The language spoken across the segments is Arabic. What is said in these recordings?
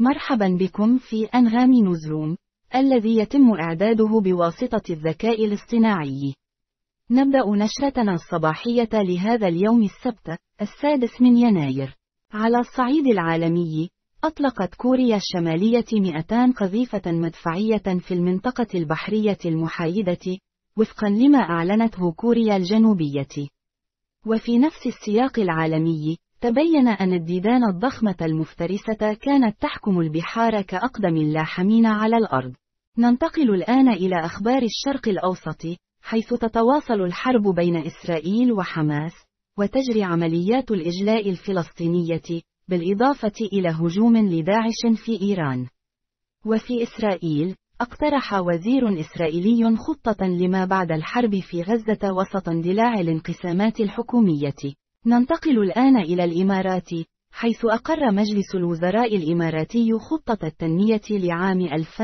مرحبا بكم في أنغام نيوزروم، الذي يتم إعداده بواسطة الذكاء الاصطناعي. نبدأ نشرتنا الصباحية لهذا اليوم السبت، 6 يناير. على الصعيد العالمي، أطلقت كوريا الشمالية 200 قذيفة مدفعية في المنطقة البحرية المحايدة، وفقا لما أعلنته كوريا الجنوبية. وفي نفس السياق العالمي، تبين أن الديدان الضخمة المفترسة كانت تحكم البحار كأقدم اللاحمين على الأرض. ننتقل الآن إلى أخبار الشرق الأوسط، حيث تتواصل الحرب بين إسرائيل وحماس، وتجري عمليات الإجلاء الفلسطينية، بالإضافة إلى هجوم لداعش في إيران. وفي إسرائيل، اقترح وزير إسرائيلي خطة لما بعد الحرب في غزة وسط اندلاع الانقسامات الحكومية. ننتقل الآن إلى الإمارات، حيث أقر مجلس الوزراء الإماراتي خطة التنمية لعام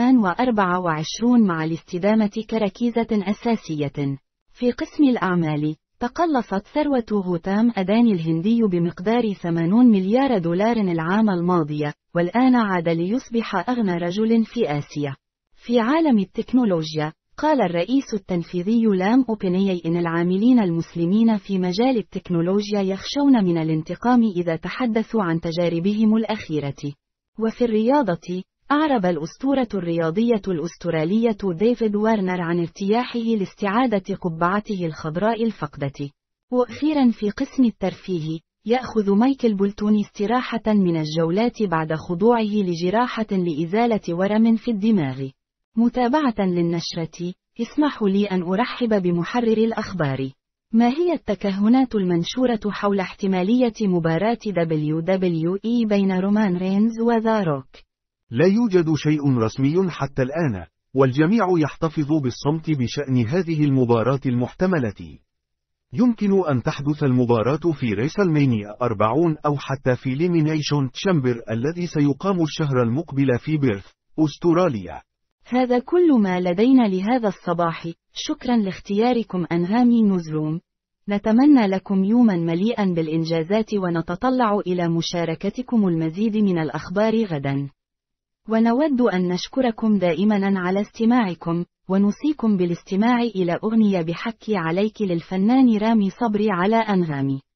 2024 مع الاستدامة كركيزة أساسية. في قسم الأعمال، تقلصت ثروة غوتام أداني الهندي بمقدار 80 مليار دولار العام الماضي، والآن عاد ليصبح أغنى رجل في آسيا. في عالم التكنولوجيا، قال الرئيس التنفيذي لام أوبنياي إن العاملين المسلمين في مجال التكنولوجيا يخشون من الانتقام إذا تحدثوا عن تجاربهم الأخيرة. وفي الرياضة، أعرب الأسطورة الرياضية الأسترالية ديفيد وارنر عن ارتياحه لاستعادة قبعته الخضراء الفقدة. وأخيرا في قسم الترفيه، يأخذ مايكل بولتون استراحة من الجولات بعد خضوعه لجراحة لإزالة ورم في الدماغ. متابعة للنشرة، اسمحوا لي أن أرحب بمحرر الأخبار. ما هي التكهنات المنشورة حول احتمالية مباراة WWE بين رومان رينز وذا روك؟ لا يوجد شيء رسمي حتى الآن، والجميع يحتفظ بالصمت بشأن هذه المباراة المحتملة. يمكن أن تحدث المباراة في ريسلمانيا 40 أو حتى في إليمينيشن تشامبر الذي سيقام الشهر المقبل في بيرث، أستراليا. هذا كل ما لدينا لهذا الصباح. شكرا لاختياركم أنغام نيوزروم. نتمنى لكم يوما مليئا بالإنجازات، ونتطلع إلى مشاركتكم المزيد من الأخبار غدا. ونود أن نشكركم دائما على استماعكم، ونوصيكم بالاستماع إلى أغنية بحكي عليك للفنان رامي صبري على أنغامي.